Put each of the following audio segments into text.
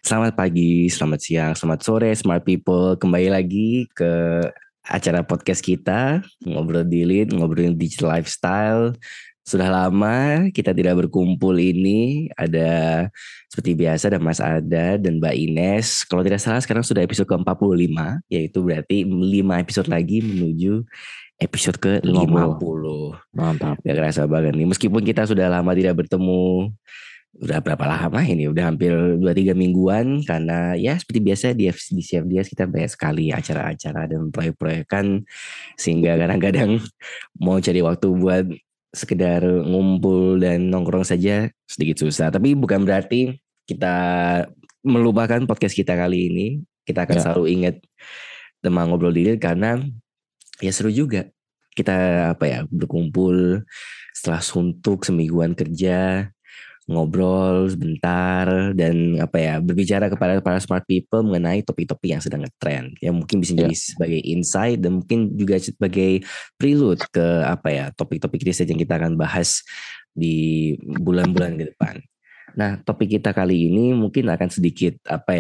Selamat pagi, selamat siang, selamat sore, smart people. Kembali lagi ke acara podcast kita, Ngobrol Dilit, ngobrolin digital lifestyle. Sudah lama kita tidak berkumpul ini. Ada seperti biasa ada Mas Ada dan Mbak Ines. Kalau tidak salah sekarang sudah episode ke-45, yaitu berarti 5 episode lagi menuju episode 50. ke-50. Mantap. Gak kerasa banget nih. Meskipun kita sudah lama tidak bertemu, udah berapa lama ini? Udah hampir 2-3 mingguan karena ya seperti biasa di CFDS kita banyak sekali acara-acara dan proyek-proyekan sehingga kadang-kadang mau cari waktu buat sekedar ngumpul dan nongkrong saja sedikit susah. Tapi bukan berarti kita melupakan podcast kita kali ini. Kita akan Ya, selalu ingat teman ngobrol diri karena ya seru juga. Kita berkumpul setelah suntuk semingguan kerja, ngobrol sebentar dan berbicara kepada para smart people mengenai topik-topik yang sedang ngetrend yang mungkin bisa ya. jadi sebagai insight dan mungkin juga sebagai prelude ke topik-topik riset yang kita akan bahas di bulan-bulan ke depan. Nah, topik kita kali ini mungkin akan sedikit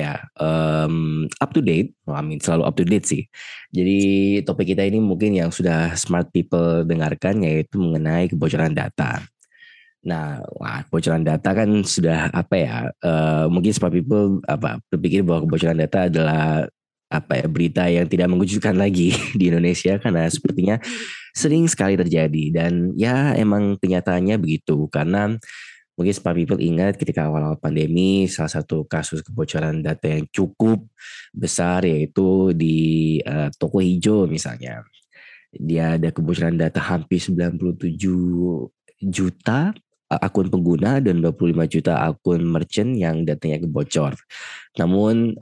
up to date. Selalu up to date sih. Jadi topik kita ini mungkin yang sudah smart people dengarkan yaitu mengenai kebocoran data. Nah, kebocoran data kan sudah mungkin smart people berpikir bahwa kebocoran data adalah berita yang tidak mengejutkan lagi di Indonesia karena sepertinya sering sekali terjadi dan ya emang kenyataannya begitu karena mungkin smart people ingat ketika awal-awal pandemi salah satu kasus kebocoran data yang cukup besar yaitu di Toko Hijau misalnya. Dia ada kebocoran data hampir 97 juta akun pengguna dan 25 juta akun merchant yang datanya kebocor. Namun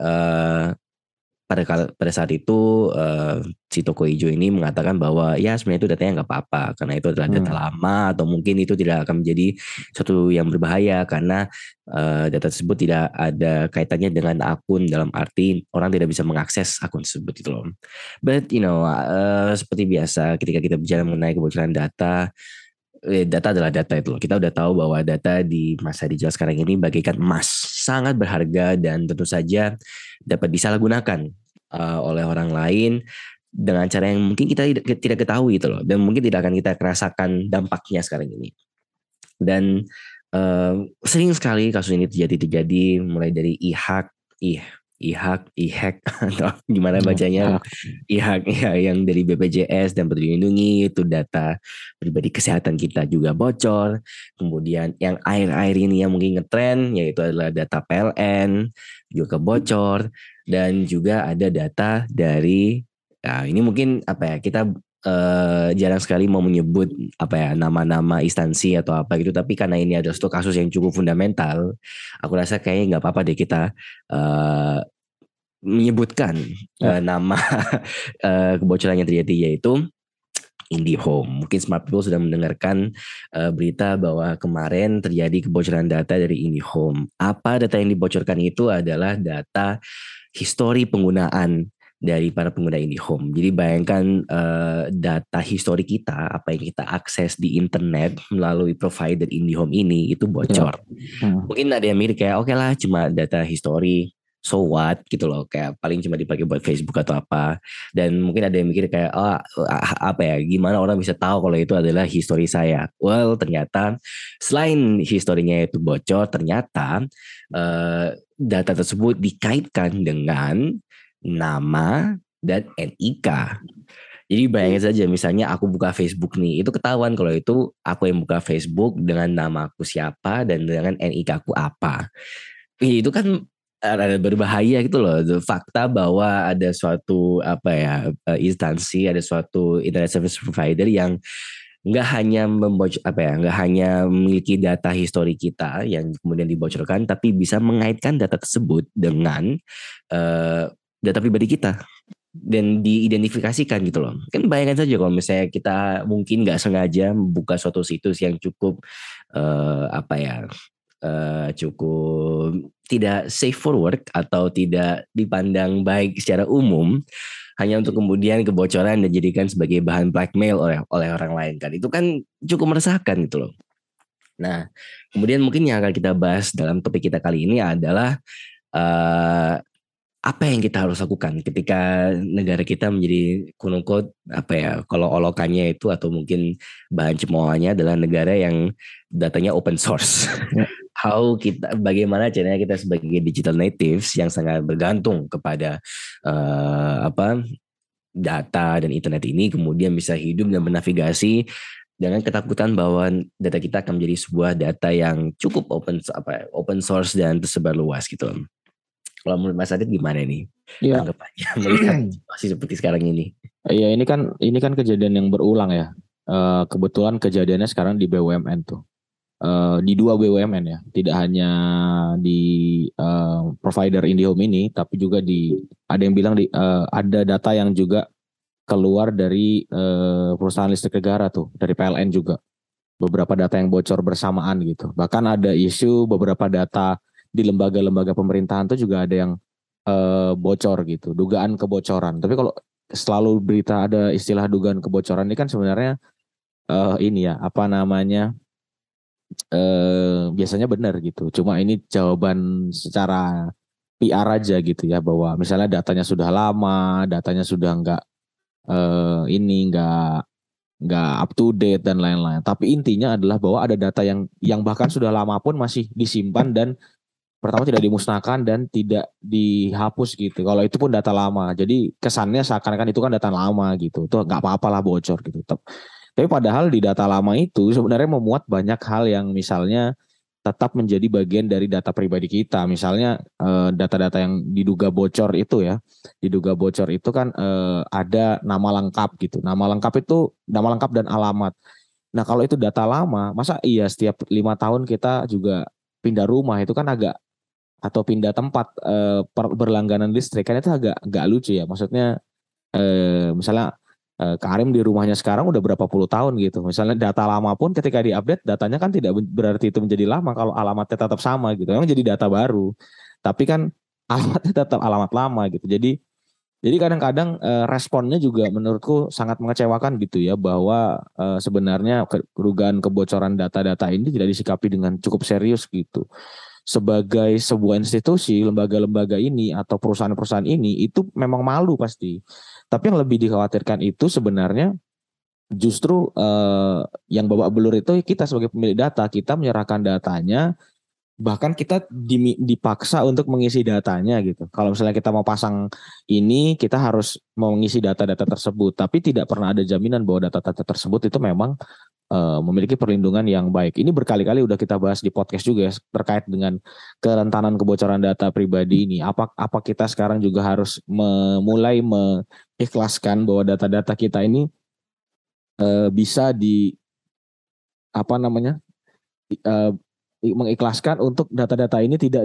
pada saat itu si Toko Hijau ini mengatakan bahwa ya sebenarnya itu datanya nggak apa-apa karena itu adalah data lama atau mungkin itu tidak akan menjadi sesuatu yang berbahaya karena data tersebut tidak ada kaitannya dengan akun dalam arti orang tidak bisa mengakses akun tersebut itu loh. But seperti biasa ketika kita bicara mengenai kebocoran data adalah data itu loh. Kita udah tahu bahwa data di masa digital sekarang ini bagaikan emas, sangat berharga dan tentu saja dapat disalahgunakan oleh orang lain dengan cara yang mungkin kita tidak ketahui gitu loh, dan mungkin tidak akan kita rasakan dampaknya sekarang ini. Dan sering sekali kasus ini terjadi mulai dari IHAK atau gimana bacanya IHAK ya, yang dari BPJS dan Peduli Lindungi itu data pribadi kesehatan kita juga bocor. Kemudian yang air ini yang mungkin ngetren yaitu adalah data PLN juga bocor dan juga ada data dari ini mungkin kita jarang sekali mau menyebut nama-nama instansi atau apa gitu, tapi karena ini adalah satu kasus yang cukup fundamental, aku rasa kayaknya nggak apa-apa deh kita menyebutkan nama kebocoran yang terjadi yaitu IndiHome. Mungkin smart people sudah mendengarkan berita bahwa kemarin terjadi kebocoran data dari IndiHome. Apa data yang dibocorkan itu adalah data histori penggunaan dari para pengguna IndiHome. Jadi bayangkan data histori kita, apa yang kita akses di internet melalui provider IndiHome ini itu bocor. Mungkin ada yang mikir kayak oke lah cuma data histori, so what gitu loh, kayak paling cuma dipakai buat Facebook atau apa. Dan mungkin ada yang mikir kayak gimana orang bisa tahu kalau itu adalah histori saya. Well, ternyata selain historinya itu bocor, ternyata data tersebut dikaitkan dengan nama dan NIK. Jadi bayangin saja misalnya aku buka Facebook nih, itu ketahuan kalau itu aku yang buka Facebook dengan nama aku siapa dan dengan NIK aku apa. Itu kan ada berbahaya gitu loh. Fakta bahwa ada suatu instansi, ada suatu internet service provider yang nggak hanya nggak hanya memiliki data histori kita yang kemudian dibocorkan, tapi bisa mengaitkan data tersebut dengan data pribadi kita dan diidentifikasikan gitu loh. Kan bayangkan saja kalau misalnya kita mungkin nggak sengaja membuka suatu situs yang cukup cukup tidak safe for work atau tidak dipandang baik secara umum hanya untuk kemudian kebocoran dan dijadikan sebagai bahan blackmail oleh orang lain, kan itu kan cukup meresahkan gitu loh. Nah, kemudian mungkin yang akan kita bahas dalam topik kita kali ini adalah eh, apa yang kita harus lakukan ketika negara kita menjadi quote apa ya, kalau olokannya itu atau mungkin bahan cemoohannya adalah negara yang datanya open source. Ya. Bagaimana caranya kita sebagai digital natives yang sangat bergantung kepada apa data dan internet ini kemudian bisa hidup dan bernavigasi dengan ketakutan bahwa data kita akan menjadi sebuah data yang cukup open source dan tersebar luas gitu. Kalau menurut Mas Adit gimana nih Ya. tanggapannya melihat situasi seperti sekarang ini? Ya, ini kan kejadian yang berulang ya. Kebetulan kejadiannya sekarang di BUMN tuh. Di dua BUMN ya, tidak hanya di provider IndiHome ini, tapi juga ada yang bilang ada data yang juga keluar dari perusahaan listrik negara tuh, dari PLN juga. Beberapa data yang bocor bersamaan gitu. Bahkan ada isu beberapa data di lembaga-lembaga pemerintahan tuh juga ada yang bocor gitu, dugaan kebocoran. Tapi kalau selalu berita ada istilah dugaan kebocoran ini kan sebenarnya ini ya, apa namanya, biasanya benar gitu. Cuma ini jawaban secara PR aja gitu ya, bahwa misalnya datanya sudah lama, datanya sudah nggak up to date dan lain-lain. Tapi intinya adalah bahwa ada data yang bahkan sudah lama pun masih disimpan dan pertama tidak dimusnahkan dan tidak dihapus gitu. Kalau itu pun data lama. Jadi kesannya seakan-akan itu kan data lama gitu. Itu nggak apa-apa lah bocor gitu. Tapi padahal di data lama itu sebenarnya memuat banyak hal yang misalnya tetap menjadi bagian dari data pribadi kita. Misalnya data-data yang diduga bocor itu ya, diduga bocor itu kan ada nama lengkap gitu. Nama lengkap itu nama lengkap dan alamat. Nah kalau itu data lama, masa iya setiap 5 tahun kita juga pindah rumah itu kan agak, atau pindah tempat berlangganan listrik kan itu agak lucu ya. Maksudnya misalnya Karim di rumahnya sekarang udah berapa puluh tahun gitu. Misalnya data lama pun ketika diupdate datanya kan tidak berarti itu menjadi lama kalau alamatnya tetap sama gitu. Memang jadi data baru. Tapi kan alamatnya tetap alamat lama gitu. Jadi kadang-kadang responnya juga menurutku sangat mengecewakan gitu ya, bahwa sebenarnya kerugian kebocoran data-data ini tidak disikapi dengan cukup serius gitu. Sebagai sebuah institusi, lembaga-lembaga ini atau perusahaan-perusahaan ini itu memang malu pasti. Tapi yang lebih dikhawatirkan itu sebenarnya justru yang babak belur itu kita sebagai pemilik data, kita menyerahkan datanya, bahkan kita dipaksa untuk mengisi datanya gitu. Kalau misalnya kita mau pasang ini, kita harus mengisi data-data tersebut, tapi tidak pernah ada jaminan bahwa data-data tersebut itu memang memiliki perlindungan yang baik. Ini berkali-kali udah kita bahas di podcast juga ya, terkait dengan kerentanan kebocoran data pribadi ini. Apa kita sekarang juga harus mulai mengikhlaskan bahwa data-data kita ini bisa apa namanya, uh, mengikhlaskan untuk data-data ini tidak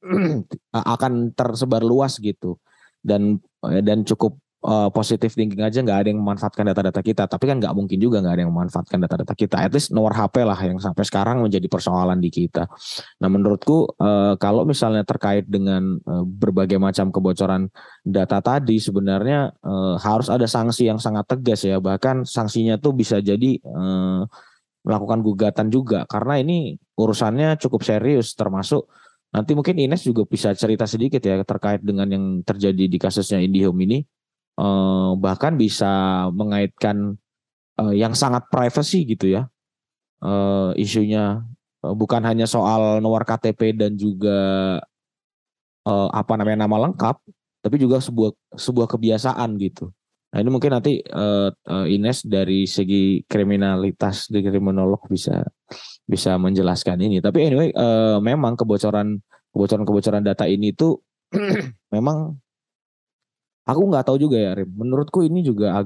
akan tersebar luas gitu, dan cukup positif thinking aja, nggak ada yang memanfaatkan data-data kita. Tapi kan nggak mungkin juga nggak ada yang memanfaatkan data-data kita. At least nomor HP lah yang sampai sekarang menjadi persoalan di kita. Nah menurutku kalau misalnya terkait dengan berbagai macam kebocoran data tadi, sebenarnya harus ada sanksi yang sangat tegas ya. Bahkan sanksinya tuh bisa jadi melakukan gugatan juga, karena ini urusannya cukup serius, termasuk nanti mungkin Ines juga bisa cerita sedikit ya terkait dengan yang terjadi di kasusnya IndiHome ini, bahkan bisa mengaitkan yang sangat privacy gitu ya, isunya bukan hanya soal nomor KTP dan juga apa namanya nama lengkap, tapi juga sebuah kebiasaan gitu. Nah ini mungkin nanti Ines dari segi kriminalitas di kriminolog bisa menjelaskan ini. Tapi anyway, memang kebocoran data ini tuh memang aku nggak tahu juga ya, Rim. Menurutku ini juga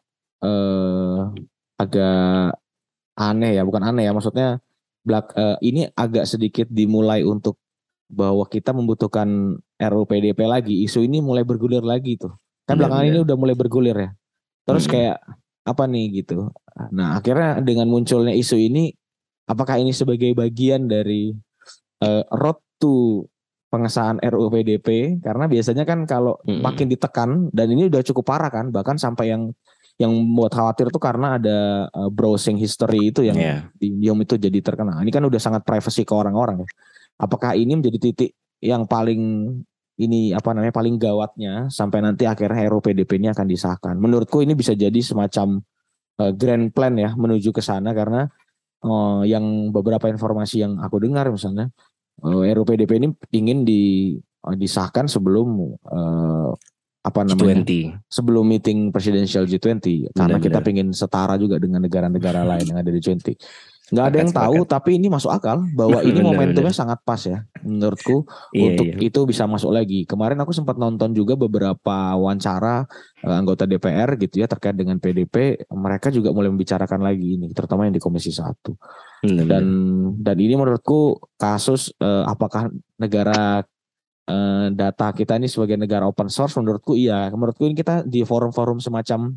agak aneh ya, bukan aneh ya, maksudnya ini agak sedikit dimulai untuk bahwa kita membutuhkan RUU PDP lagi. Isu ini mulai bergulir lagi tuh. Kan belakangan ini Benar-benar. udah mulai bergulir ya. Terus kayak apa nih gitu. Nah akhirnya dengan munculnya isu ini, apakah ini sebagai bagian dari road to pengesahan RUU PDP? Karena biasanya kan kalau makin ditekan, dan ini udah cukup parah kan, bahkan sampai yang membuat khawatir tuh karena ada browsing history itu yang di Indium itu jadi terkenal. Ini kan udah sangat privacy ke orang-orang ya. Apakah ini menjadi titik yang paling ini apa namanya paling gawatnya sampai nanti akhirnya RUU PDP ini akan disahkan. Menurutku ini bisa jadi semacam grand plan ya menuju ke sana karena yang beberapa informasi yang aku dengar misalnya RUU PDP ini ingin disahkan sebelum apa namanya G20. sebelum meeting presidensial G20 karena kita Benar-benar. pengen setara juga dengan negara-negara lain yang ada di G20. Nggak ada Sepakat, yang tahu, sepakat. tapi ini masuk akal bahwa ini momentumnya Benar-benar. sangat pas ya menurutku Iya, untuk iya. itu bisa masuk lagi. Kemarin aku sempat nonton juga beberapa wawancara anggota DPR gitu ya terkait dengan PDP. Mereka juga mulai membicarakan lagi ini, terutama yang di Komisi 1. Dan Benar-benar. dan ini menurutku kasus apakah negara data kita ini sebagai negara open source menurutku iya. Menurutku ini kita di forum-forum semacam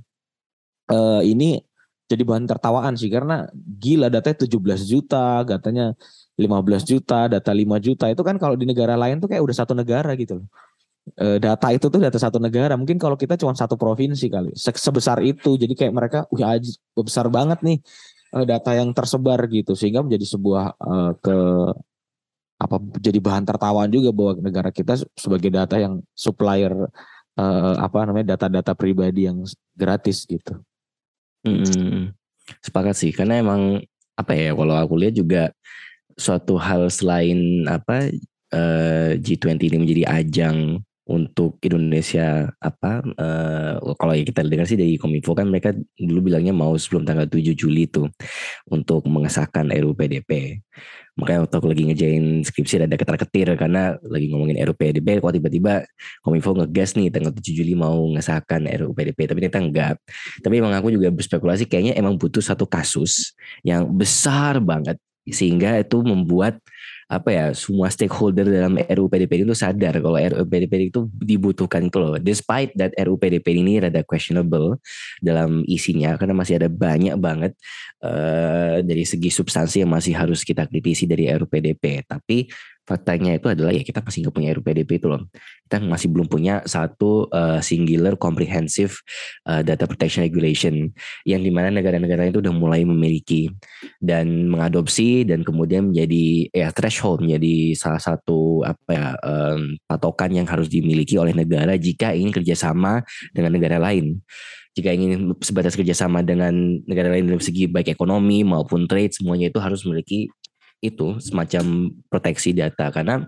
ini jadi bahan tertawaan sih karena gila datanya 17 juta, datanya 15 juta, data 5 juta itu kan kalau di negara lain tuh kayak udah satu negara gitu loh. Data itu tuh data satu negara. Mungkin kalau kita cuma satu provinsi kali. Sebesar itu. Jadi kayak mereka besar banget nih data yang tersebar gitu sehingga menjadi sebuah ke apa jadi bahan tertawaan juga bahwa negara kita sebagai data yang supplier apa namanya data-data pribadi yang gratis gitu. Mm-mm. Sepakat sih, karena emang apa ya, kalau aku lihat juga suatu hal selain apa, G20 ini menjadi ajang untuk Indonesia apa, kalau ya kita dengar sih dari Kominfo kan mereka dulu bilangnya mau sebelum tanggal 7 Juli tuh untuk mengesahkan RUU PDP. Makanya waktu aku lagi ngejain skripsi ada ketar-ketir karena lagi ngomongin RUU PDP kok tiba-tiba Kominfo ngegas nih tanggal 7 Juli mau mengesahkan RUU PDP, tapi ternyata enggak. Tapi emang aku juga berspekulasi kayaknya emang butuh satu kasus yang besar banget sehingga itu membuat apa ya, semua stakeholder dalam RUU PDP itu sadar kalau RUU PDP itu dibutuhkan itu loh. Despite that RUU PDP ini rada questionable dalam isinya karena masih ada banyak banget dari segi substansi yang masih harus kita kritisi dari RUU PDP. Tapi faktanya itu adalah ya kita masih nggak punya RUU PDP itu loh. Kita masih belum punya satu singular comprehensive data protection regulation yang dimana negara-negara itu udah mulai memiliki dan mengadopsi dan kemudian menjadi ya threshold, menjadi salah satu apa ya, patokan yang harus dimiliki oleh negara jika ingin kerjasama dengan negara lain. Jika ingin sebatas kerjasama dengan negara lain dalam segi baik ekonomi maupun trade, semuanya itu harus memiliki itu semacam proteksi data. Karena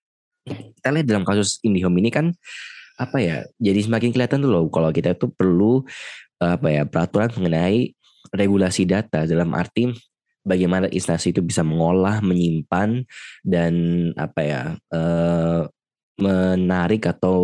kita lihat dalam kasus IndiHome ini kan apa ya, jadi semakin kelihatan tuh loh kalau kita tuh perlu apa ya, peraturan mengenai regulasi data dalam arti bagaimana instansi itu bisa mengolah, menyimpan dan apa ya, menarik atau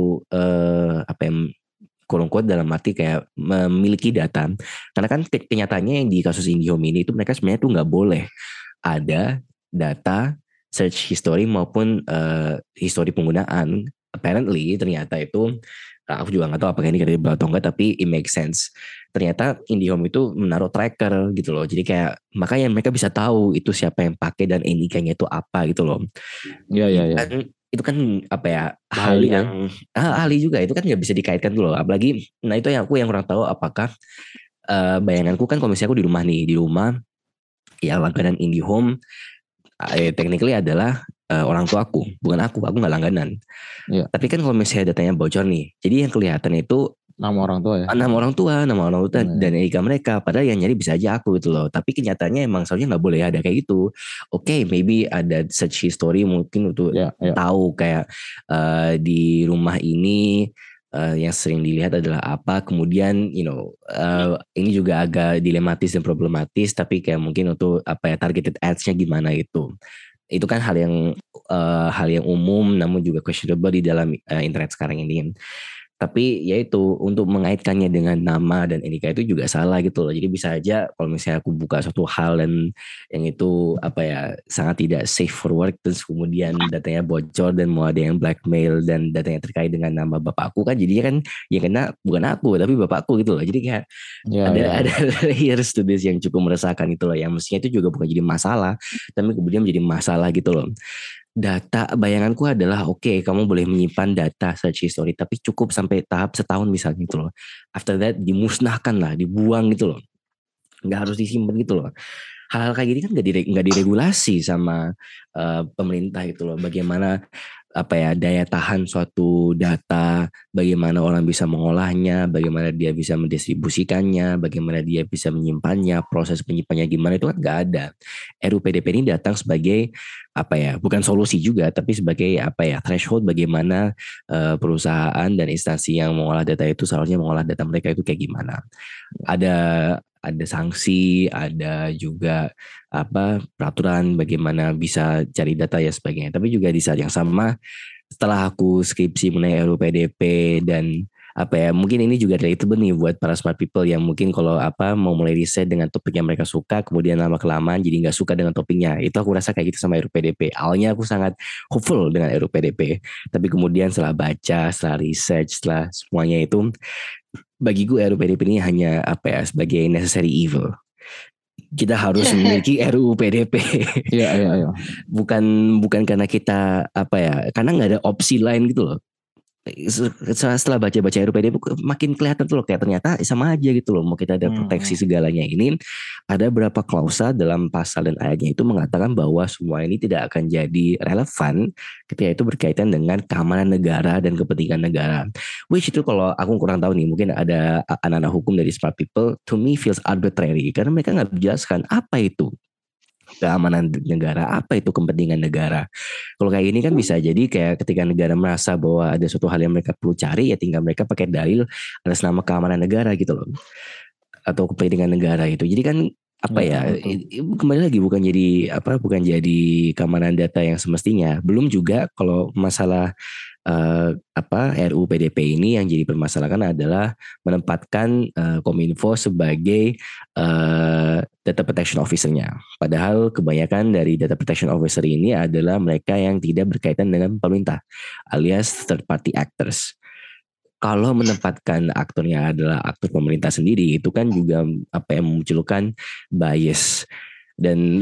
apa yang kurung-kurung dalam arti kayak memiliki data. Karena kan kenyataannya yang di kasus IndiHome ini itu mereka sebenarnya tuh nggak boleh ada data search history maupun history penggunaan. Apparently ternyata itu aku juga nggak tahu apakah ini kredibel atau enggak, tapi it makes sense. Ternyata IndiHome itu menaruh tracker gitu loh. Jadi kayak makanya mereka bisa tahu itu siapa yang pakai dan NIK-nya itu apa gitu loh. Iya iya iya. Itu kan apa ya, Bahaya hal juga ya. yang ahli juga itu kan nggak bisa dikaitkan tuh loh. Apalagi nah itu yang aku yang kurang tahu apakah bayanganku kan kalau misalnya aku di rumah nih, di rumah ya langganan IndiHome technically adalah orang tua aku, bukan aku nggak langganan. Iya. Tapi kan kalau misalnya datanya bocor nih, jadi yang kelihatan itu Nama orang tua ya. nama orang tua dan Iya. NIK mereka. Padahal yang nyari bisa aja aku gitu loh. Tapi kenyataannya emang seharusnya nggak boleh ada kayak gitu. Oke, maybe ada search history mungkin untuk Iya, iya. tahu kayak di rumah ini yang sering dilihat adalah apa. Kemudian ini juga agak dilematis dan problematis. Tapi kayak mungkin untuk apa ya, targeted ads-nya gimana gitu. Itu kan hal yang umum namun juga questionable di dalam internet sekarang ini. Tapi ya itu untuk mengaitkannya dengan nama dan NIK itu juga salah gitu loh. Jadi bisa aja kalau misalnya aku buka suatu hal dan yang itu apa ya, sangat tidak safe for work terus kemudian datanya bocor dan mau ada yang blackmail dan datanya terkait dengan nama bapakku kan jadinya kan yang kena bukan aku tapi bapakku gitu loh. Jadi kayak Iya ada iya. ada layers to this yang cukup meresahkan itu loh, yang mestinya itu juga bukan jadi masalah tapi kemudian menjadi masalah gitu loh. Data bayanganku adalah oke, kamu boleh menyimpan data search history tapi cukup sampai tahap setahun misalnya gitu loh. After that dimusnahkan lah, dibuang gitu loh, nggak harus disimpan gitu loh. Hal-hal kayak gini kan nggak diregulasi sama pemerintah gitu loh. Bagaimana daya tahan suatu data, bagaimana orang bisa mengolahnya, bagaimana dia bisa mendistribusikannya, bagaimana dia bisa menyimpannya, proses penyimpannya gimana, itu kan nggak ada. RUU PDP ini datang sebagai bukan solusi juga, tapi sebagai threshold bagaimana perusahaan dan instansi yang mengolah data itu seharusnya mengolah data mereka itu kayak gimana. Ada sanksi, ada juga peraturan bagaimana bisa cari data ya sebagainya. Tapi juga di saat yang sama, setelah aku skripsi mengenai RUU PDP dan mungkin ini juga relatable nih buat para smart people yang mungkin kalau mau mulai riset dengan topik yang mereka suka, kemudian lama kelamaan jadi nggak suka dengan topiknya. Itu aku rasa kayak gitu sama RUU PDP. Awalnya aku sangat hopeful dengan RUU PDP, tapi kemudian setelah baca, setelah research, setelah semuanya itu, bagiku RUU PDP ini hanya sebagai necessary evil. Kita harus memiliki RUU PDP. Iya. Bukan karena kita karena nggak ada opsi lain gitu loh. Setelah baca-baca RUU PDP makin kelihatan tuh loh, kayak ternyata sama aja gitu loh. Mau kita ada proteksi segalanya ini, ada berapa klausa dalam pasal dan ayatnya itu mengatakan bahwa semua ini tidak akan jadi relevan ketika itu berkaitan dengan keamanan negara dan kepentingan negara. Which itu kalau aku kurang tahu nih, mungkin ada anak-anak hukum dari smart people, to me feels arbitrary karena mereka nggak menjelaskan apa itu keamanan negara, apa itu kepentingan negara. Kalau kayak gini kan bisa jadi kayak ketika negara merasa bahwa ada suatu hal yang mereka perlu cari, ya tinggal mereka pakai dalil atas nama keamanan negara gitu loh, atau kepentingan negara itu. Jadi kan kembali lagi bukan jadi keamanan data yang semestinya. Belum juga kalau masalah RUU PDP ini yang jadi permasalahan adalah menempatkan Kominfo sebagai data protection officer-nya. Padahal kebanyakan dari data protection officer ini adalah mereka yang tidak berkaitan dengan pemerintah, alias third party actors. Kalau menempatkan aktornya adalah aktor pemerintah sendiri, itu kan juga memunculkan bias. Dan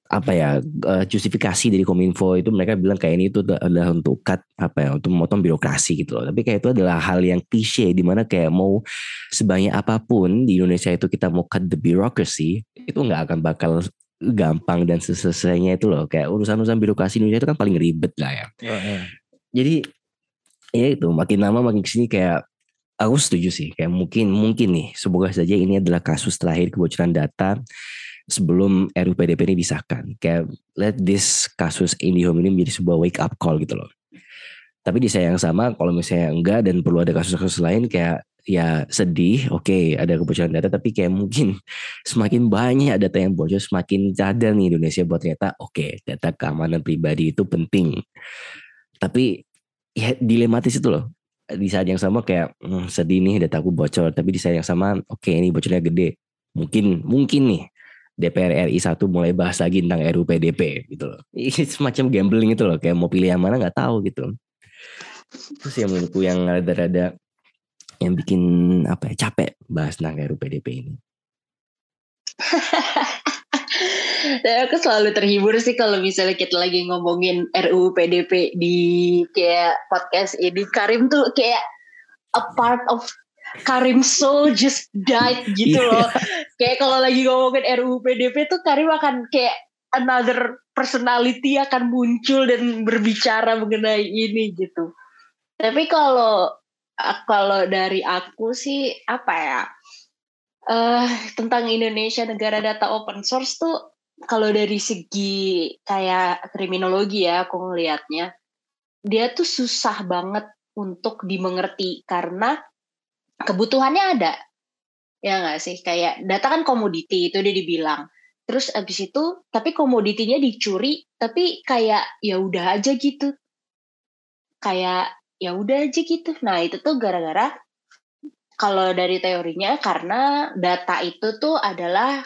justifikasi dari Kominfo itu mereka bilang kayak ini itu adalah untuk untuk memotong birokrasi gitu loh. Tapi kayak itu adalah hal yang klise, di mana kayak mau sebanyak apapun di Indonesia itu kita mau cut the bureaucracy, itu nggak akan bakal gampang dan selesainya itu loh. Kayak urusan-urusan birokrasi Indonesia itu kan paling ribet lah ya. Jadi ya itu makin lama makin kesini kayak aku setuju sih, kayak mungkin nih semoga saja ini adalah kasus terakhir kebocoran data sebelum RUU PDP ini disahkan. Kayak let this kasus IndiHome ini menjadi sebuah wake up call gitu loh. Tapi di saat yang sama kalau misalnya enggak dan perlu ada kasus-kasus lain, kayak ya sedih, oke, ada kebocoran data, tapi kayak mungkin semakin banyak data yang bocor, semakin sadar nih Indonesia buat ternyata data keamanan pribadi itu penting. Tapi ya dilematis itu loh. Di saat yang sama kayak sedih nih dataku bocor, tapi di saat yang sama ini bocornya gede. Mungkin nih DPR RI 1 mulai bahas lagi tentang RUU PDP gitu loh. Ini semacam gambling itu loh, kayak mau pilih yang mana nggak tahu gitu. Terus yang menurutku yang rada-rada yang bikin capek bahas tentang RUU PDP ini. Aku selalu terhibur sih kalau misalnya kita lagi ngomongin RUU PDP di kayak podcast ini. Karim tuh kayak a part of Karim soul just died gitu loh. Kayak kalau lagi ngomongin RUU PDP tuh Karim akan kayak another personality akan muncul dan berbicara mengenai ini gitu. Tapi kalau dari aku sih tentang Indonesia negara data open source tuh, kalau dari segi kayak kriminologi ya aku ngelihatnya, dia tuh susah banget untuk dimengerti karena kebutuhannya ada, ya nggak sih? Kayak data kan komoditi, itu dia dibilang. Terus abis itu, tapi komoditinya dicuri, tapi kayak ya udah aja gitu. Kayak ya udah aja gitu. Nah itu tuh gara-gara, kalau dari teorinya, karena data itu tuh adalah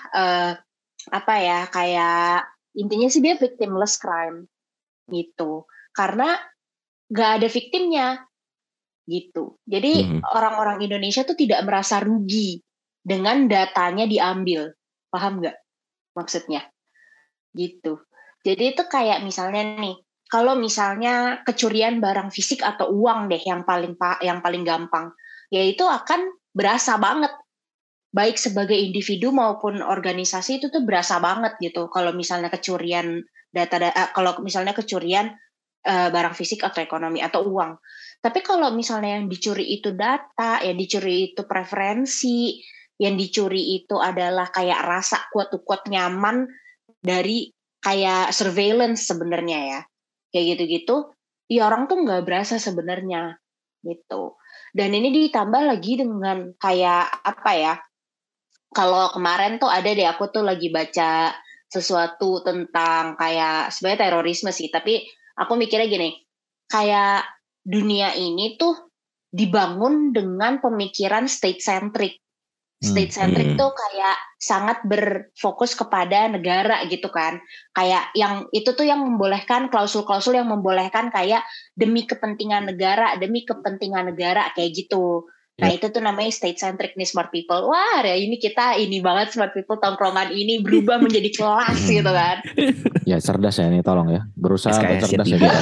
kayak intinya sih dia victimless crime gitu. Karena nggak ada victimnya. Gitu. Jadi orang-orang Indonesia tuh tidak merasa rugi dengan datanya diambil. Paham nggak maksudnya? Gitu. Jadi itu kayak misalnya nih, kalau misalnya kecurian barang fisik atau uang deh yang paling gampang, yaitu akan berasa banget. Baik sebagai individu maupun organisasi itu tuh berasa banget gitu. Kalau misalnya kecurian kalau misalnya kecurian barang fisik atau ekonomi atau uang. Tapi kalau misalnya yang dicuri itu data, yang dicuri itu preferensi, yang dicuri itu adalah kayak rasa quote-unquote nyaman dari kayak surveillance sebenarnya ya. Kayak gitu-gitu, ya orang tuh nggak berasa sebenarnya gitu. Dan ini ditambah lagi dengan kayak apa ya, kalau kemarin tuh ada deh, aku tuh lagi baca sesuatu tentang kayak sebenarnya terorisme sih, tapi aku mikirnya gini, kayak dunia ini tuh dibangun dengan pemikiran state centric. State centric tuh kayak sangat berfokus kepada negara gitu kan. Kayak yang itu tuh yang membolehkan klausul-klausul yang membolehkan kayak demi kepentingan negara kayak gitu. Nah itu tuh namanya state centric nih smart people. Wah ya ini kita ini banget smart people, tongkrongan ini berubah menjadi kelas gitu kan. Ya cerdas ya ini, tolong ya. Berusaha SKS cerdas ya. ya.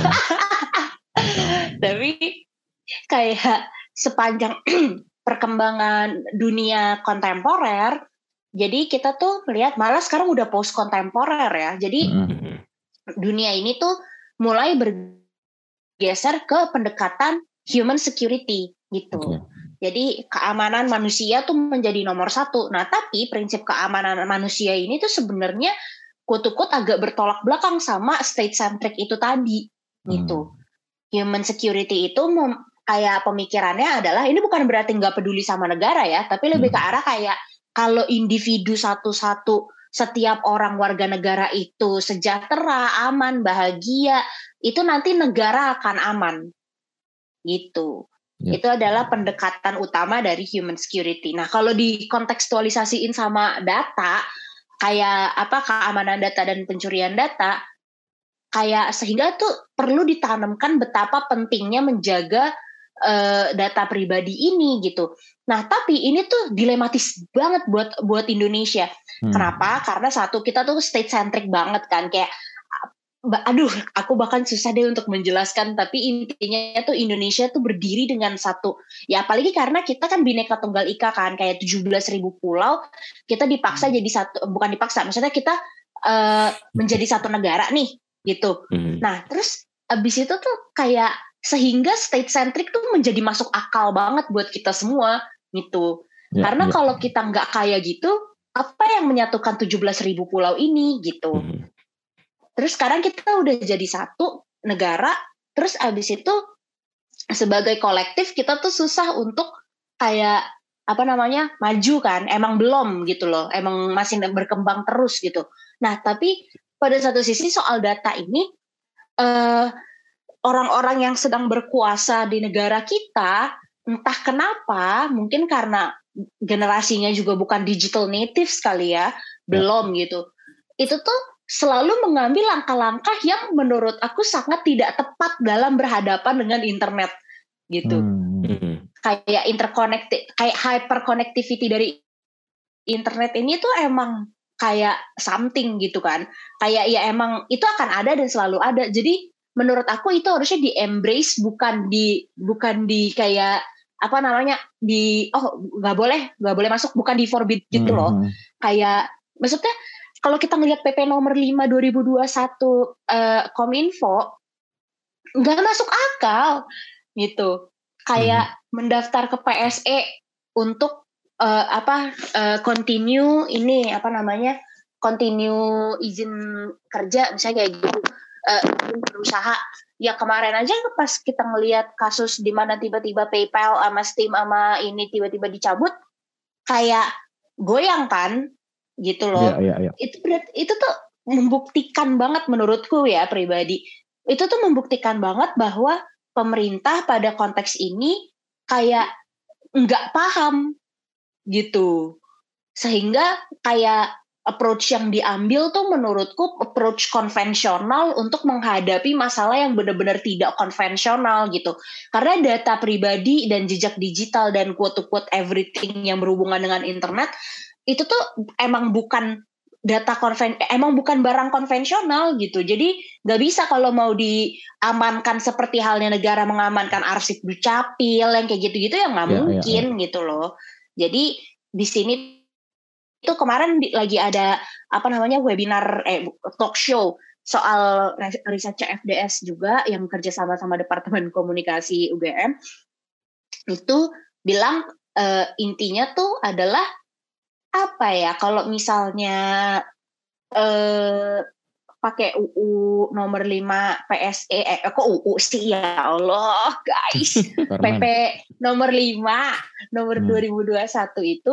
Tapi kayak sepanjang perkembangan dunia kontemporer, jadi kita tuh melihat malah sekarang udah post kontemporer ya. Jadi dunia ini tuh mulai bergeser ke pendekatan human security gitu. Jadi keamanan manusia tuh menjadi nomor satu. Nah tapi prinsip keamanan manusia ini tuh sebenarnya quote-unquote agak bertolak belakang sama state centric itu tadi gitu. Human security itu kayak pemikirannya adalah ini bukan berarti nggak peduli sama negara ya, tapi lebih ke arah kayak kalau individu satu-satu setiap orang warga negara itu sejahtera, aman, bahagia, itu nanti negara akan aman gitu. Itu adalah pendekatan utama dari human security. Nah kalau dikontekstualisasiin sama data, kayak apa keamanan data dan pencurian data, kayak sehingga tuh perlu ditanamkan betapa pentingnya menjaga data pribadi ini gitu. Nah, tapi ini tuh dilematis banget buat Indonesia. Kenapa? Karena satu, kita tuh state centric banget kan, kayak aduh, aku bahkan susah deh untuk menjelaskan, tapi intinya tuh Indonesia tuh berdiri dengan satu, ya apalagi karena kita kan Bhinneka Tunggal Ika kan, kayak 17.000 pulau, kita dipaksa jadi satu, bukan dipaksa, maksudnya kita menjadi satu negara nih, gitu. Nah, terus abis itu tuh kayak sehingga state centric tuh menjadi masuk akal banget buat kita semua gitu. Karena kalau kita nggak kayak gitu, apa yang menyatukan 17.000 pulau ini gitu. Terus sekarang kita udah jadi satu negara, terus abis itu sebagai kolektif kita tuh susah untuk kayak apa namanya maju kan, emang belum gitu loh, emang masih berkembang terus gitu. Nah tapi pada satu sisi soal data ini, orang-orang yang sedang berkuasa di negara kita, entah kenapa, mungkin karena generasinya juga bukan digital native sekali ya, belum gitu. Itu tuh selalu mengambil langkah-langkah yang menurut aku sangat tidak tepat dalam berhadapan dengan internet gitu. Kayak interconnected, kayak hyperconnectivity dari internet ini tuh emang kayak something gitu kan. Kayak ya emang itu akan ada dan selalu ada. Jadi menurut aku itu harusnya di embrace, bukan di kayak apa namanya di nggak boleh masuk, bukan di forbid gitu loh. Kayak maksudnya kalau kita ngelihat PP nomor 5 2021 Kominfo nggak masuk akal gitu. Kayak mendaftar ke PSE untuk continue ini apa namanya, continue izin kerja misalnya kayak gitu, berusaha. Ya kemarin aja pas kita ngelihat kasus di mana tiba-tiba PayPal sama Steam sama ini tiba-tiba dicabut, kayak goyang kan gitu loh. Itu tuh membuktikan banget menurutku ya pribadi, itu tuh membuktikan banget bahwa pemerintah pada konteks ini kayak nggak paham gitu, sehingga kayak approach yang diambil tuh menurutku approach konvensional untuk menghadapi masalah yang benar-benar tidak konvensional gitu. Karena data pribadi dan jejak digital dan quote-unquote everything yang berhubungan dengan internet itu tuh emang bukan emang bukan barang konvensional gitu. Jadi nggak bisa kalau mau diamankan seperti halnya negara mengamankan arsip dukcapil yang kayak gitu-gitu ya nggak mungkin gitu loh. Jadi di sini itu kemarin lagi ada apa namanya webinar talk show soal researcher FDS juga yang kerja sama Departemen Komunikasi UGM itu bilang intinya tuh adalah apa ya, kalau misalnya pakai UU nomor 5 PSE kok UU sih ya Allah guys PP nomor 5 nomor 2021 itu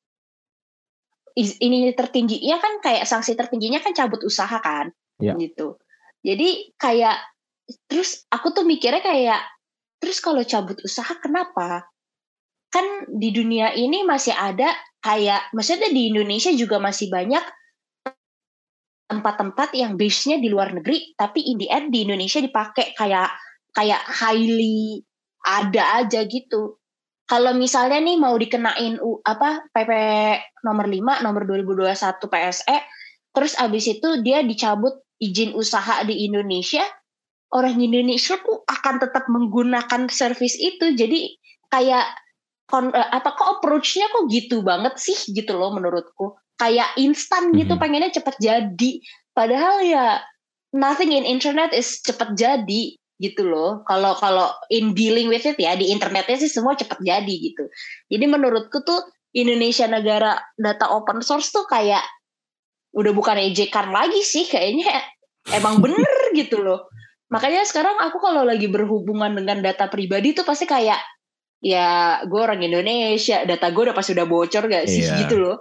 ini tertingginya kan kayak sanksi tertingginya kan cabut usaha kan gitu. Jadi kayak terus aku tuh mikirnya kayak terus kalau cabut usaha kenapa? Kan di dunia ini masih ada kayak maksudnya di Indonesia juga masih banyak tempat-tempat yang base-nya di luar negeri tapi in the end di Indonesia dipakai kayak highly ada aja gitu. Kalau misalnya nih mau dikenain PP nomor 5 nomor 2021 PSE terus abis itu dia dicabut izin usaha di Indonesia, orang Indonesia tuh akan tetap menggunakan service itu. Jadi kayak kok approach-nya kok gitu banget sih gitu loh menurutku. Kayak instan gitu, pengennya cepat jadi. Padahal ya nothing in internet is cepat jadi gitu loh. Kalau in dealing with it ya di internetnya sih semua cepat jadi gitu. Jadi menurutku tuh Indonesia negara data open source tuh kayak udah bukan ejekan lagi sih, kayaknya emang bener gitu loh. Makanya sekarang aku kalau lagi berhubungan dengan data pribadi tuh pasti kayak ya gue orang Indonesia, data gue pasti udah bocor gak sih gitu loh.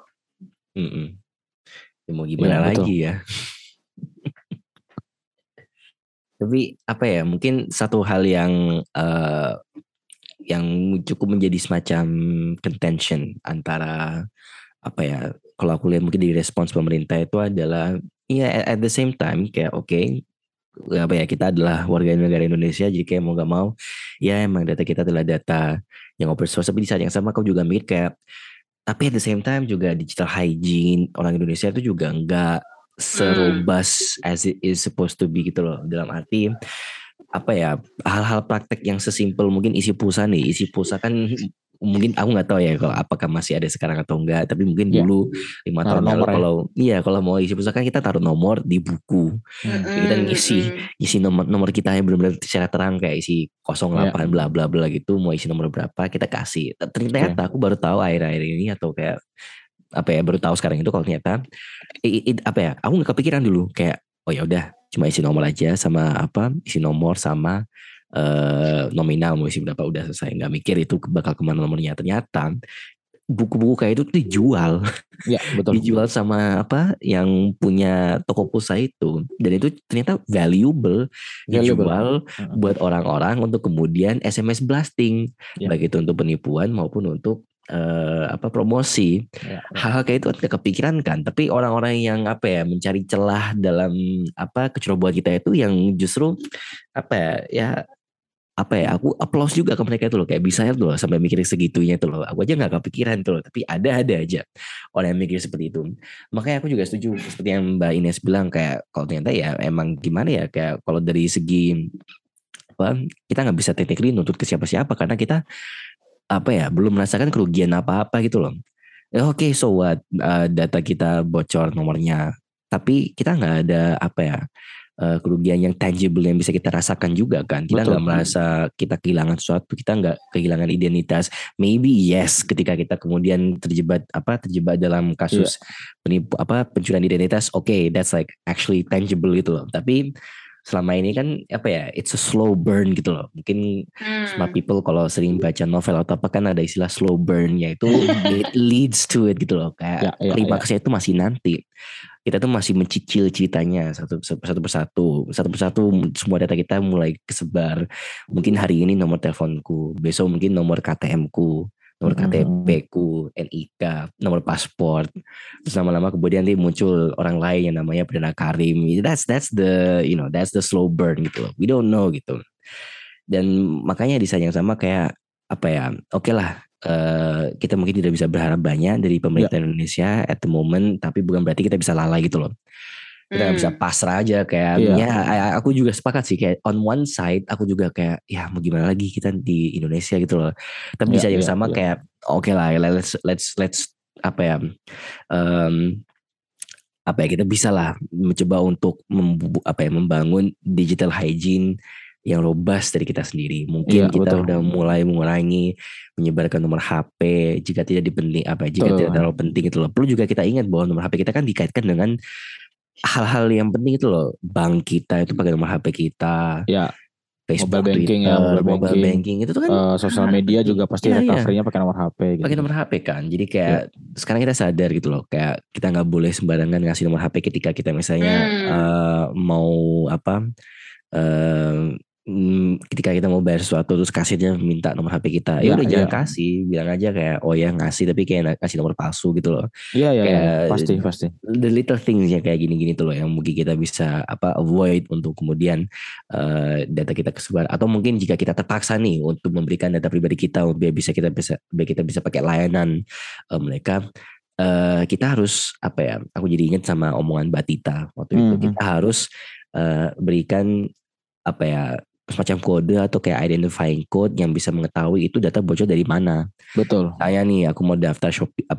Ya, mau gimana lagi ya. Tapi apa ya, mungkin satu hal yang cukup menjadi semacam contention antara apa ya, kalau aku lihat mungkin di respons pemerintah itu adalah ya at the same time kayak apa ya, kita adalah warga negara Indonesia, jadi kayak mau gak mau ya emang data kita adalah data yang open source, tapi di saat yang sama kau juga mikir kayak tapi at the same time juga digital hygiene orang Indonesia itu juga enggak serobas as it is supposed to be gitu loh. Dalam arti apa ya, hal-hal praktek yang sesimpel mungkin isi pulsa kan mungkin aku nggak tahu ya kalau apakah masih ada sekarang atau enggak, tapi mungkin dulu 5 tahun lalu kalau mau isi pulsa kan kita taruh nomor di buku, kita ngisi nomor kita yang benar-benar secara terang kayak isi 08 bla bla bla gitu, mau isi nomor berapa kita kasih. Ternyata aku baru tahu akhir-akhir ini atau kayak apa ya, baru tahu sekarang itu kalau ternyata apa ya, aku nggak kepikiran dulu kayak oh ya udah cuma isi nomor aja sama isi nomor sama nominal mau isi berapa udah selesai, nggak mikir itu bakal kemana nomornya. Ternyata buku-buku kayak itu tuh dijual, betul. Dijual sama yang punya toko pulsa itu, dan itu ternyata valuable. Dijual buat orang-orang untuk kemudian SMS blasting, baik itu untuk penipuan maupun untuk promosi. Hal-hal kayak itu gak kepikiran kan, tapi orang-orang yang mencari celah dalam kecerobohan kita itu yang justru aku applause juga ke mereka itu loh, kayak bisa tuh loh sampai mikirin segitunya itu loh. Aku aja nggak kepikiran tuh loh, tapi ada aja orang yang mikir seperti itu. Makanya aku juga setuju seperti yang Mbak Ines bilang, kayak kalau ternyata ya emang gimana ya, kayak kalau dari segi kita nggak bisa technically nuntut ke siapa-siapa karena kita belum merasakan kerugian apa-apa gitu loh. Oke, so what, data kita bocor nomornya, tapi kita nggak ada kerugian yang tangible yang bisa kita rasakan juga kan. Kita nggak merasa kita kehilangan sesuatu, kita nggak kehilangan identitas. Maybe yes, ketika kita kemudian terjebak dalam kasus pencurian identitas, that's like actually tangible gitu loh. Tapi selama ini kan it's a slow burn gitu loh. Mungkin smart people kalau sering baca novel atau apa kan ada istilah slow burn, yaitu it leads to it gitu loh. Kayak klimaksnya itu masih nanti. Kita tuh masih mencicil ceritanya satu persatu semua data kita mulai kesebar. Mungkin hari ini nomor teleponku, besok mungkin nomor KTM-ku, nomor KTP-ku, NIK, nomor paspor. Terus lama-lama kemudian nanti muncul orang lain yang namanya Perdana Karim. That's the slow burn gitu loh. We don't know gitu. Dan makanya di saat yang sama kayak oke lah, kita mungkin tidak bisa berharap banyak dari pemerintah Indonesia at the moment, tapi bukan berarti kita bisa lalai gitu loh. Kita gak bisa pasrah aja kayak aku juga sepakat sih, kayak on one side aku juga kayak ya mau gimana lagi kita di Indonesia gitu loh. Tapi bisa yang sama kayak oke lah, let's apa ya, kita bisa lah mencoba untuk membangun digital hygiene yang robust dari kita sendiri. Mungkin Iya, kita betul. udah mulai mengurangi menyebarkan nomor HP jika tidak jika Betul. tidak terlalu penting itu loh. Perlu juga kita ingat bahwa nomor HP kita kan dikaitkan dengan hal-hal yang penting itu loh. Bank kita itu pakai nomor HP kita, Ya, Facebook, mobile banking ya, Twitter, mobile mobile banking. banking itu tuh kan Sosial hal media penting. juga pasti Iya, recovery-nya pakai nomor HP gitu. pakai nomor HP kan. Jadi kayak sekarang kita sadar gitu loh, kayak kita nggak boleh sembarangan ngasih nomor HP ketika kita misalnya mau ketika kita mau bayar sesuatu terus kasirnya minta nomor HP kita, ya Ya, udah ya. jangan kasih, bilang aja kayak oh ya ngasih tapi kayak kasih nomor palsu gitu loh. Iya, Kayak pasti. the little things yang kayak gini-gini tuh loh yang mungkin kita bisa avoid untuk kemudian data kita kesebar, atau mungkin jika kita terpaksa nih untuk memberikan data pribadi kita biar kita bisa pakai layanan mereka, kita harus aku jadi ingat sama omongan Mbak Tita waktu itu, kita harus berikan semacam kode atau kayak identifying code yang bisa mengetahui itu data bocor dari mana. Betul. Saya nih aku mau daftar Shopee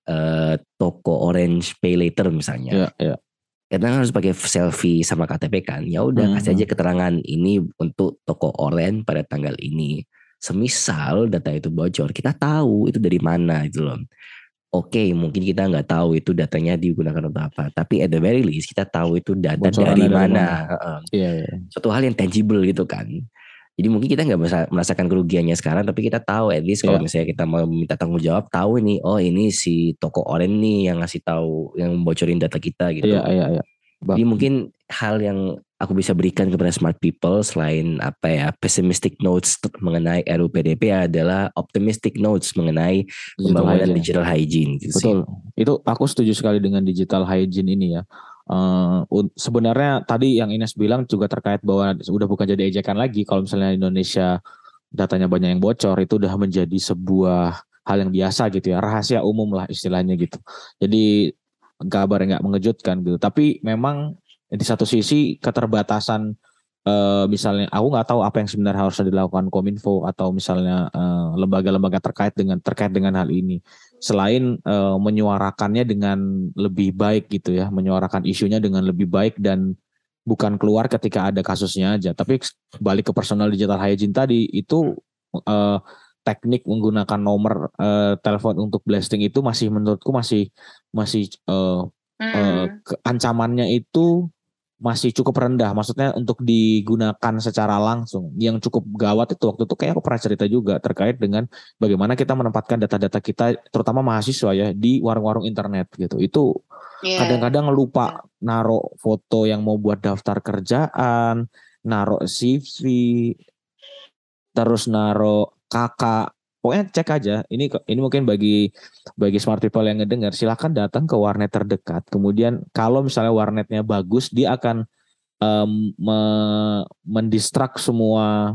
toko Orange Pay Later misalnya. Iya. Kita harus pakai selfie sama KTP kan. Ya udah kasih aja keterangan ini untuk toko Orange pada tanggal ini. Semisal data itu bocor, kita tahu itu dari mana itu loh. Oke, mungkin kita nggak tahu itu datanya digunakan untuk apa, tapi at the very least kita tahu itu data dari mana. Iya. Suatu hal yang tangible gitu kan. Jadi mungkin kita nggak bisa merasakan kerugiannya sekarang, tapi kita tahu at least kalau misalnya kita mau minta tanggung jawab, tahu nih, oh ini si toko Orange nih yang ngasih tahu, yang bocorin data kita gitu. Iya. Jadi mungkin hal yang aku bisa berikan kepada smart people selain pessimistic notes mengenai RUU PDP adalah optimistic notes mengenai pembangunan digital hygiene gitu. Betul. Itu aku setuju sekali dengan digital hygiene ini ya. Sebenarnya tadi yang Ines bilang juga terkait bahwa udah bukan jadi ejekan lagi kalau misalnya Indonesia datanya banyak yang bocor, itu udah menjadi sebuah hal yang biasa gitu ya, rahasia umum lah istilahnya gitu. Jadi kabar yang nggak mengejutkan gitu. Tapi memang di satu sisi keterbatasan, misalnya aku nggak tahu apa yang sebenarnya harus dilakukan Kominfo atau misalnya lembaga-lembaga terkait dengan hal ini, selain menyuarakannya dengan lebih baik gitu ya, menyuarakan isunya dengan lebih baik dan bukan keluar ketika ada kasusnya aja. Tapi balik ke personal digital hygiene tadi, itu teknik menggunakan nomor telepon untuk blasting itu masih menurutku masih ancamannya itu masih cukup rendah. Maksudnya untuk digunakan secara langsung. Yang cukup gawat itu waktu itu kayak aku pernah cerita juga terkait dengan bagaimana kita menempatkan data-data kita, terutama mahasiswa ya, di warung-warung internet gitu. Itu kadang-kadang lupa naruh foto yang mau buat daftar kerjaan, naruh CV, terus naruh kakak. Pokoknya cek aja. Ini mungkin bagi smart people yang ngedengar, silakan datang ke warnet terdekat. Kemudian kalau misalnya warnetnya bagus, dia akan mendistrak semua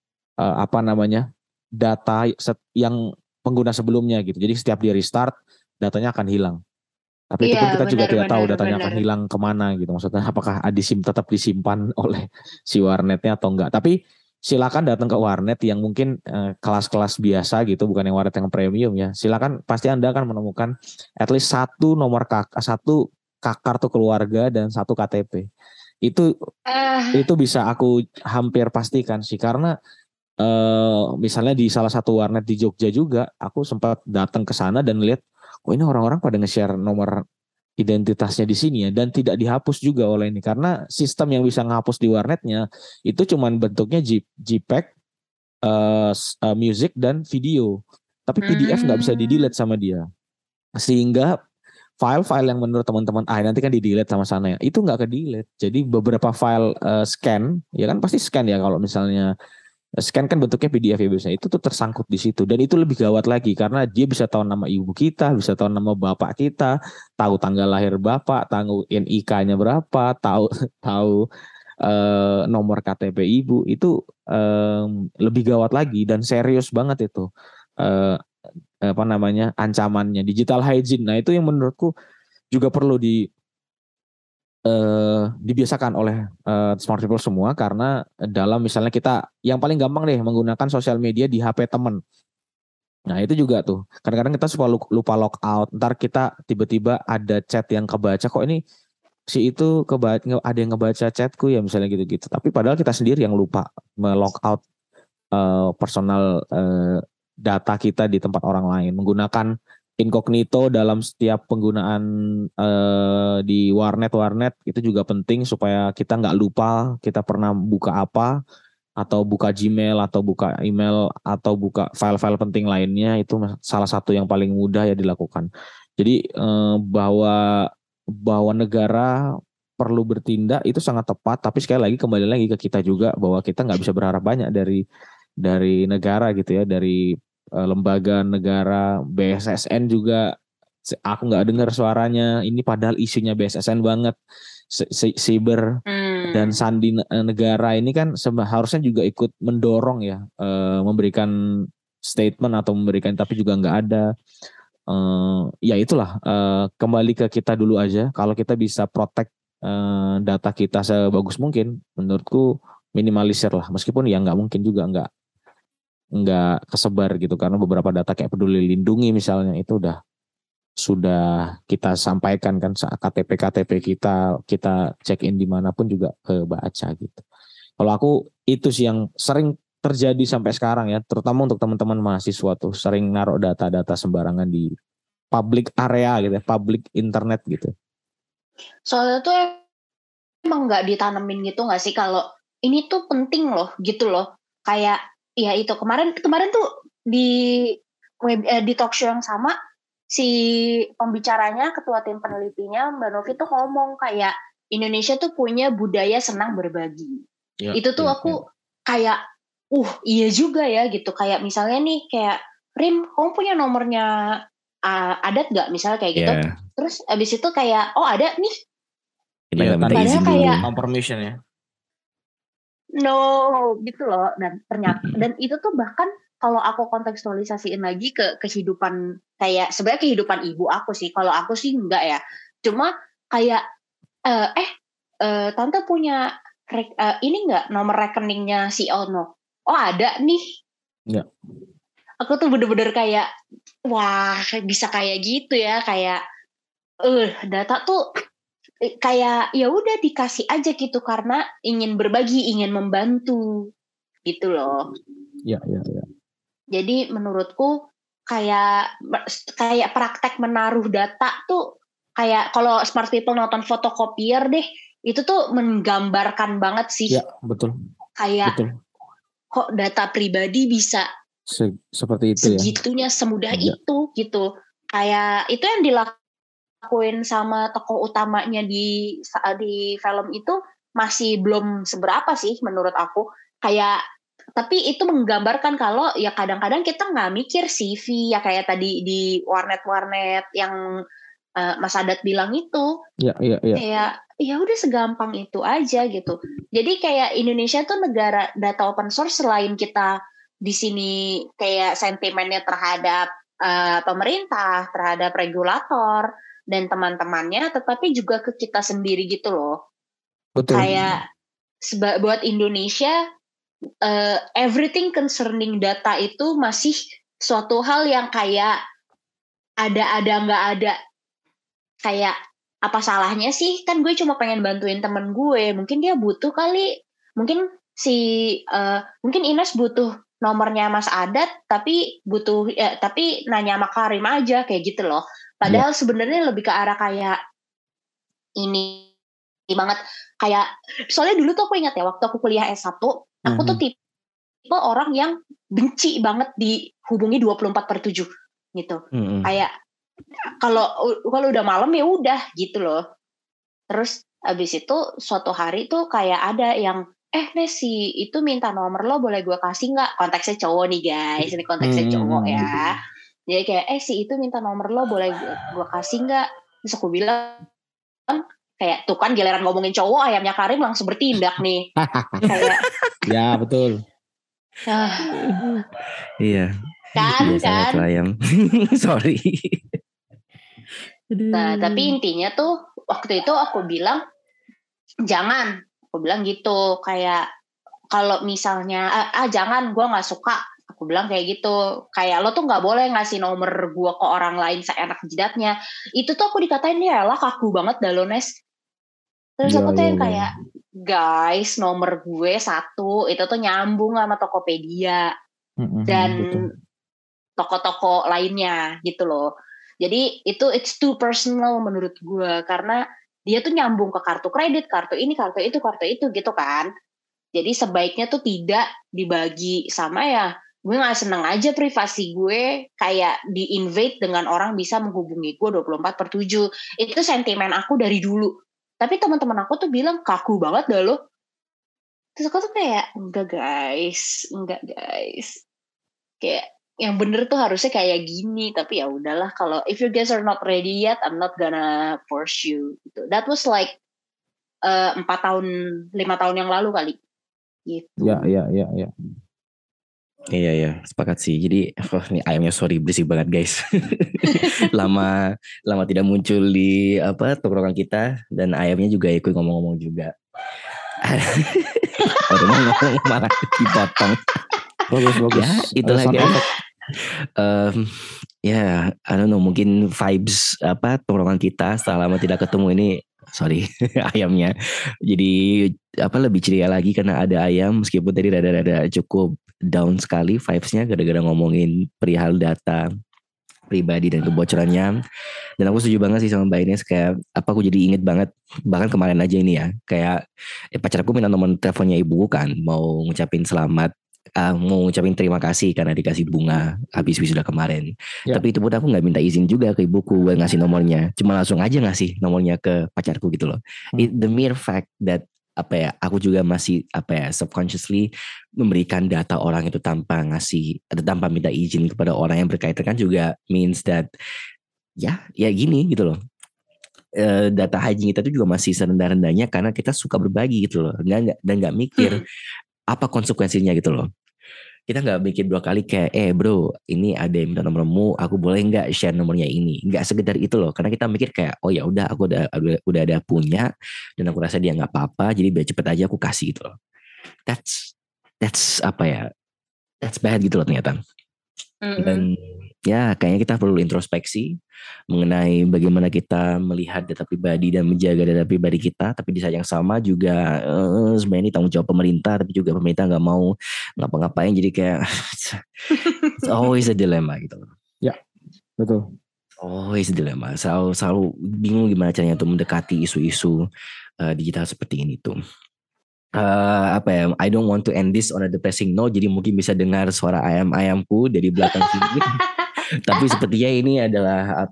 data yang pengguna sebelumnya gitu. Jadi setiap dia restart, datanya akan hilang. Tapi itu pun kita juga tidak tahu datanya akan hilang kemana gitu. Maksudnya apakah tetap disimpan oleh si warnetnya atau enggak. Tapi silakan datang ke warnet yang mungkin kelas-kelas biasa gitu, bukan yang warnet yang premium ya. Silakan, pasti Anda akan menemukan at least satu satu kartu keluarga dan satu KTP. Itu bisa aku hampir pastikan sih, karena misalnya di salah satu warnet di Jogja juga, aku sempat datang ke sana dan lihat, oh ini orang-orang pada nge-share nomor identitasnya di sini ya, dan tidak dihapus juga oleh ini, karena sistem yang bisa ngapus di warnetnya itu cuman bentuknya JPEG, music dan video, tapi PDF nggak bisa di-delete sama dia, sehingga file-file yang menurut teman-teman nanti kan di-delete sama sana ya, itu nggak ke-delete. Jadi beberapa file scan, ya kan pasti scan ya, kalau misalnya scan kan bentuknya PDF ya biasanya, itu tuh tersangkut di situ. Dan itu lebih gawat lagi karena dia bisa tahu nama ibu kita, bisa tahu nama bapak kita, tahu tanggal lahir bapak, tahu NIK-nya berapa, tahu nomor KTP ibu. Itu lebih gawat lagi dan serius banget itu ancamannya, digital hygiene. Nah itu yang menurutku juga perlu dibiasakan oleh smart people semua, karena dalam misalnya kita yang paling gampang deh menggunakan sosial media di HP teman. Nah itu juga tuh kadang-kadang kita suka lupa log out, ntar kita tiba-tiba ada chat yang kebaca, kok ini si itu ada yang ngebaca chatku ya misalnya gitu-gitu. Tapi padahal kita sendiri yang lupa melog out personal data kita di tempat orang lain, menggunakan incognito dalam setiap penggunaan di warnet itu juga penting supaya kita nggak lupa kita pernah buka apa, atau buka Gmail atau buka email atau buka file-file penting lainnya. Itu salah satu yang paling mudah ya dilakukan. Jadi bahwa negara perlu bertindak itu sangat tepat, tapi sekali lagi kembali lagi ke kita juga, bahwa kita nggak bisa berharap banyak dari negara gitu ya, dari lembaga negara. BSSN juga aku nggak dengar suaranya ini, padahal isunya BSSN banget, siber dan sandi negara ini kan harusnya juga ikut mendorong ya, memberikan statement atau memberikan, tapi juga nggak ada. Ya itulah, kembali ke kita dulu aja. Kalau kita bisa protect data kita sebagus mungkin, menurutku minimalisir lah, meskipun ya nggak mungkin juga nggak kesebar gitu, karena beberapa data kayak Peduli Lindungi misalnya itu sudah kita sampaikan kan, saat KTP kita check in dimanapun juga kebaca gitu. Kalau aku itu sih yang sering terjadi sampai sekarang ya, terutama untuk teman-teman mahasiswa tuh sering naruh data-data sembarangan di public area gitu ya, public internet gitu. Soalnya tuh emang nggak ditanemin gitu nggak sih kalau ini tuh penting loh gitu loh. Kayak ya itu kemarin tuh di talk show yang sama, si pembicaranya, ketua tim penelitinya Mbak Novi tuh ngomong kayak Indonesia tuh punya budaya senang berbagi. Ya, itu tuh aku kayak iya juga ya gitu. Kayak misalnya nih kayak Rim, kamu punya nomornya Adat nggak misalnya kayak gitu. Terus abis itu kayak ada nih. Kita minta izin dulu. Kayak permission ya. No gitu loh. Dan ternyata dan itu tuh bahkan kalau aku kontekstualisasiin lagi ke kehidupan, kayak sebenarnya kehidupan ibu aku sih. Kalau aku sih enggak ya. Cuma kayak tante punya ini enggak nomor rekeningnya si Ono? Oh ada nih. Ya. Aku tuh bener-bener kayak wah bisa kayak gitu ya, kayak data tuh kayak ya udah dikasih aja gitu karena ingin berbagi, ingin membantu gitu loh. Ya. Jadi menurutku kayak praktek menaruh data tuh kayak kalau smart people nonton fotokopier deh, itu tuh menggambarkan banget sih. Ya, betul. Kayak betul. Kok data pribadi bisa seperti itu segitunya semudah itu gitu. Kayak itu yang dilakuin sama tokoh utamanya di film itu masih belum seberapa sih menurut aku. Kayak tapi itu menggambarkan kalau ya kadang-kadang kita nggak mikir CV ya, kayak tadi di warnet-warnet yang Mas Adat bilang itu. Iya. Kayak ya udah segampang itu aja gitu. Jadi kayak Indonesia tuh negara data open source, selain kita di sini kayak sentimennya terhadap pemerintah, terhadap regulator dan teman-temannya, tetapi juga ke kita sendiri gitu loh. Betul. Kayak buat Indonesia everything concerning data itu masih suatu hal yang kayak ada nggak ada. Kayak apa salahnya sih, kan gue cuma pengen bantuin temen gue, mungkin dia butuh kali, mungkin mungkin Ines butuh nomornya Mas Adat tapi nanya sama Karim aja kayak gitu loh. Padahal sebenarnya lebih ke arah kayak ini banget, kayak soalnya dulu tuh aku ingat ya waktu aku kuliah S1, aku tuh tipe orang yang benci banget dihubungi 24/7 gitu. Kayak kalau udah malam ya udah gitu loh. Terus abis itu suatu hari tuh kayak ada yang Nesi itu minta nomor lo, boleh gue kasih nggak? Konteksnya cowok nih guys, ini konteksnya cowok ya. Jadi kayak si itu minta nomor lo, boleh gue kasih nggak? Terus aku bilang kayak tuh kan giliran ngomongin cowok ayamnya Karim langsung bertindak nih. Kayak ya betul. Iya. Kan. Ayam. Sorry. Nah, tapi intinya tuh waktu itu aku bilang jangan, aku bilang gitu, kayak kalau misalnya jangan, gue nggak suka, aku bilang kayak gitu, kayak lo tuh nggak boleh ngasih nomor gue ke orang lain seenak jidatnya. Itu tuh aku dikatain ya lah kaku banget dah lo Nes. Terus Iya, aku tuh iya, yang iya. kayak, guys, nomor gue 1 itu tuh nyambung sama Tokopedia dan Betul. toko-toko lainnya gitu loh. Jadi itu it's too personal menurut gue karena dia tuh nyambung ke kartu kredit, kartu ini, kartu itu gitu kan. Jadi sebaiknya tuh tidak dibagi sama ya. Gue gak seneng aja privasi gue kayak di-invade dengan orang bisa menghubungi gue 24/7. Itu sentimen aku dari dulu. Tapi teman-teman aku tuh bilang kaku banget dah lo. Terus aku tuh kayak enggak guys. Kayak yang bener tuh harusnya kayak gini. Tapi ya udahlah kalau if you guys are not ready yet, I'm not gonna force you. Gitu. That was like 4 tahun, 5 tahun yang lalu kali. Gitu. Ya. Iya, sepakat sih. Jadi, ini ayamnya sorry berisik banget guys. lama tidak muncul di tongkrongan kita dan ayamnya juga ikut ngomong-ngomong juga. Baru mau ngomong malah dipotong. Bagus. Ya, itulah Sound guys. effect. Ya, I don't know, mungkin vibes tongkrongan kita setelah lama tidak ketemu ini, sorry ayamnya. Jadi lebih ceria lagi karena ada ayam meskipun tadi rada-rada cukup down sekali vibesnya gara-gara ngomongin perihal data pribadi dan kebocorannya. Dan aku setuju banget sih sama Mbak Ines kayak aku jadi inget banget bahkan kemarin aja ini ya kayak pacarku minta nomor teleponnya ibuku kan mau ngucapin selamat mau ngucapin terima kasih karena dikasih bunga habis wisuda kemarin. Ya. Tapi itu pun aku nggak minta izin juga ke ibuku buat ngasih nomornya, cuma langsung aja ngasih nomornya ke pacarku gitu loh. The mere fact that aku juga masih subconsciously memberikan data orang itu tanpa ngasih atau tanpa minta izin kepada orang yang berkaitan kan juga means that ya gini gitu loh. Data hygiene kita itu juga masih serendah-rendahnya karena kita suka berbagi gitu loh, dan nggak mikir apa konsekuensinya gitu loh. Kita nggak mikir 2 kali kayak bro ini ada yang minta nomormu, aku boleh nggak share nomornya ini, nggak sekedar itu loh, karena kita mikir kayak oh ya udah aku udah ada punya dan aku rasa dia nggak apa-apa jadi biar cepet aja aku kasih gitu loh. That's that's bad gitu loh ternyata. Dan ya kayaknya kita perlu introspeksi mengenai bagaimana kita melihat data pribadi dan menjaga data pribadi kita, tapi di saat yang sama juga sebenarnya ini tanggung jawab pemerintah, tapi juga pemerintah nggak mau ngapa-ngapain jadi kayak it's always a dilemma gitu. Ya, betul. Always a dilemma. Selalu bingung gimana caranya untuk mendekati isu-isu digital seperti ini tuh. I don't want to end this on a depressing note, jadi mungkin bisa dengar suara ayam-ayamku dari belakang sini. Tapi sepertinya ini adalah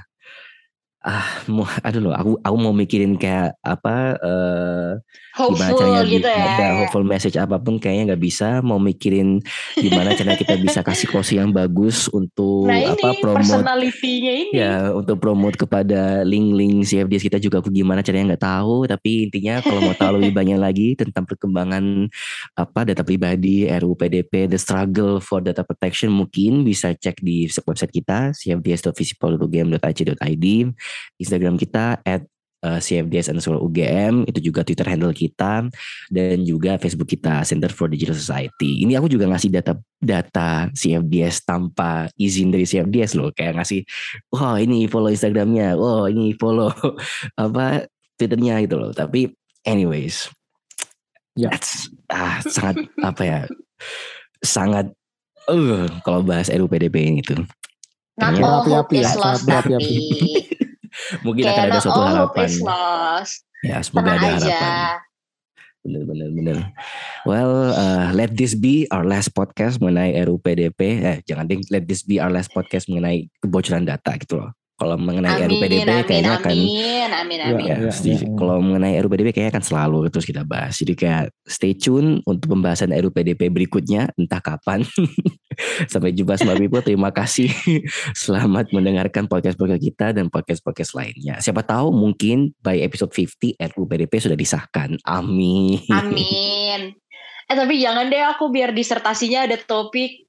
aduh loh, aku mau mikirin kayak gimana caranya gitu ya. hopeful message apapun kayaknya nggak bisa. Mau mikirin gimana caranya kita bisa kasih closing yang bagus untuk promote personality-nya ini. Ya, untuk promote kepada link-link CFDS kita juga aku gimana caranya nggak tahu. Tapi intinya kalau mau tahu lebih banyak lagi tentang perkembangan data pribadi, RUU PDP, the struggle for data protection, mungkin bisa cek di website kita cfds.visipol.ugm.ac.id, Instagram kita @cfds_UGM, itu juga Twitter handle kita, dan juga Facebook kita Center for Digital Society. Ini aku juga ngasih data CFDS tanpa izin dari CFDS loh, kayak ngasih ini follow Instagramnya, ini follow Twitternya gitu loh. Tapi anyways, that's sangat sangat kalau bahas RUU PDP ini tuh not all hope is lost, tapi mungkin akan ada suatu harapan. Ya, semoga ada harapan. Bener. Well, let this be our last podcast mengenai RUU PDP. Jangan ding, let this be our last podcast mengenai kebocoran data gitu loh. Kalau mengenai RUU PDP kayaknya akan amin. Kalau mengenai RUU PDP kayaknya akan selalu terus kita bahas. Jadi kayak stay tune untuk pembahasan RUU PDP berikutnya entah kapan. Sampai jumpa Smart People. Terima kasih. Selamat mendengarkan podcast-podcast kita dan podcast-podcast lainnya. Siapa tahu mungkin by episode 50 RUU PDP sudah disahkan. Amin. Tapi jangan deh, aku biar disertasinya ada topik.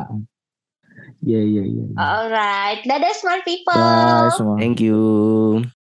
Iya. Alright, dadah Smart People. Bye semua. Thank you.